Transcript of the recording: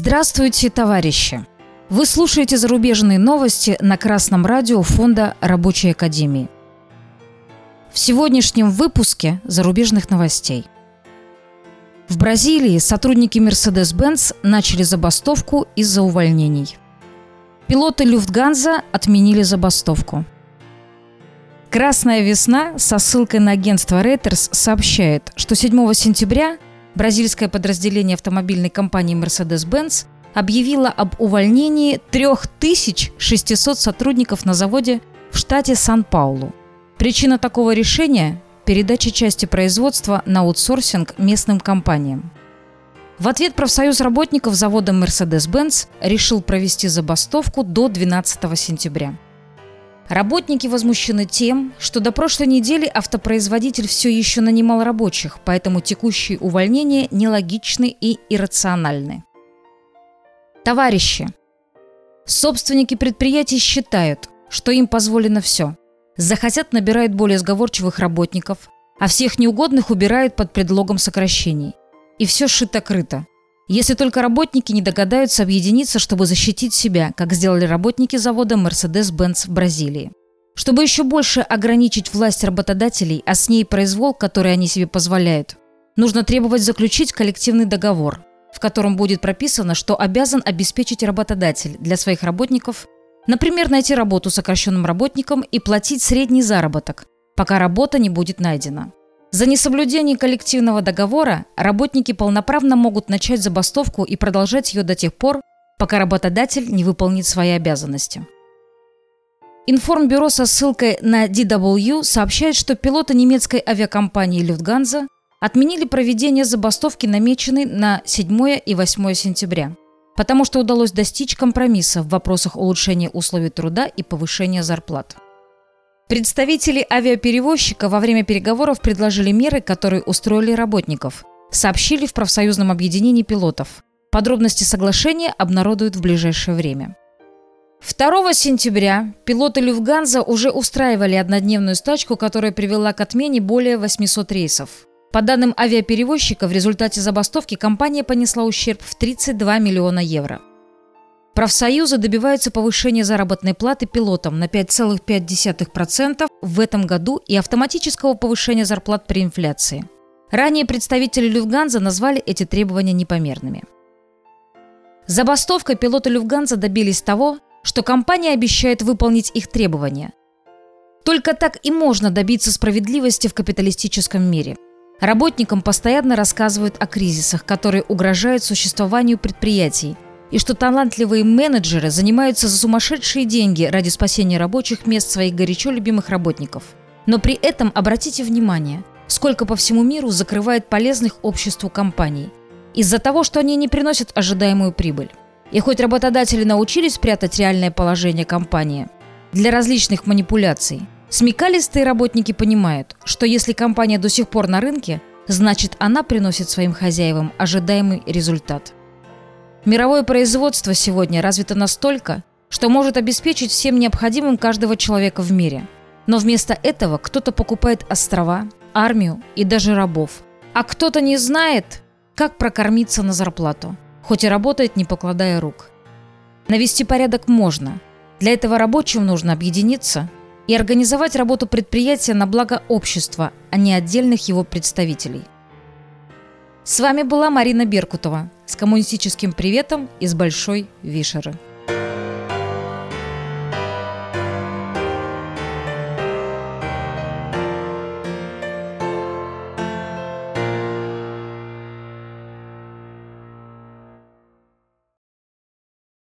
Здравствуйте, товарищи! Вы слушаете зарубежные новости на Красном радио Фонда Рабочей Академии. В сегодняшнем выпуске зарубежных новостей. В Бразилии сотрудники Mercedes-Benz начали забастовку из-за увольнений. Пилоты Люфтганза отменили забастовку. «Красная весна» со ссылкой на агентство Reuters сообщает, что 7 сентября бразильское подразделение автомобильной компании Mercedes-Benz объявило об увольнении 3600 сотрудников на заводе в штате Сан-Паулу. Причина такого решения – передача части производства на аутсорсинг местным компаниям. В ответ профсоюз работников завода Mercedes-Benz решил провести забастовку до 12 сентября. Работники возмущены тем, что до прошлой недели автопроизводитель все еще нанимал рабочих, поэтому текущие увольнения нелогичны и иррациональны. Товарищи, собственники предприятий считают, что им позволено все. Захотят – набирают более сговорчивых работников, а всех неугодных убирают под предлогом сокращений. И все шито-крыто. Если только работники не догадаются объединиться, чтобы защитить себя, как сделали работники завода Mercedes-Benz в Бразилии. Чтобы еще больше ограничить власть работодателей, а с ней произвол, который они себе позволяют, нужно требовать заключить коллективный договор, в котором будет прописано, что обязан обеспечить работодатель для своих работников, например, найти работу сокращенным работникам и платить средний заработок, пока работа не будет найдена. За несоблюдение коллективного договора работники полноправно могут начать забастовку и продолжать ее до тех пор, пока работодатель не выполнит свои обязанности. Информбюро со ссылкой на DW сообщает, что пилоты немецкой авиакомпании Люфтганза отменили проведение забастовки, намеченной на 7 и 8 сентября, потому что удалось достичь компромисса в вопросах улучшения условий труда и повышения зарплат. Представители авиаперевозчика во время переговоров предложили меры, которые устроили работников, сообщили в профсоюзном объединении пилотов. Подробности соглашения обнародуют в ближайшее время. 2 сентября пилоты Люфтганза уже устраивали однодневную стачку, которая привела к отмене более 800 рейсов. По данным авиаперевозчика, в результате забастовки компания понесла ущерб в 32 миллиона евро. Профсоюзы добиваются повышения заработной платы пилотам на 5,5% в этом году и автоматического повышения зарплат при инфляции. Ранее представители Люфтганза назвали эти требования непомерными. Забастовкой пилоты Люфтганза добились того, что компания обещает выполнить их требования. Только так и можно добиться справедливости в капиталистическом мире. Работникам постоянно рассказывают о кризисах, которые угрожают существованию предприятий, и что талантливые менеджеры занимаются за сумасшедшие деньги ради спасения рабочих мест своих горячо любимых работников. Но при этом обратите внимание, сколько по всему миру закрывает полезных обществу компаний, из-за того, что они не приносят ожидаемую прибыль. И хоть работодатели научились прятать реальное положение компании для различных манипуляций, смекалистые работники понимают, что если компания до сих пор на рынке, значит она приносит своим хозяевам ожидаемый результат. Мировое производство сегодня развито настолько, что может обеспечить всем необходимым каждого человека в мире. Но вместо этого кто-то покупает острова, армию и даже рабов. А кто-то не знает, как прокормиться на зарплату, хоть и работает, не покладая рук. Навести порядок можно. Для этого рабочим нужно объединиться и организовать работу предприятия на благо общества, а не отдельных его представителей. С вами была Марина Беркутова с коммунистическим приветом из Большой Вишеры.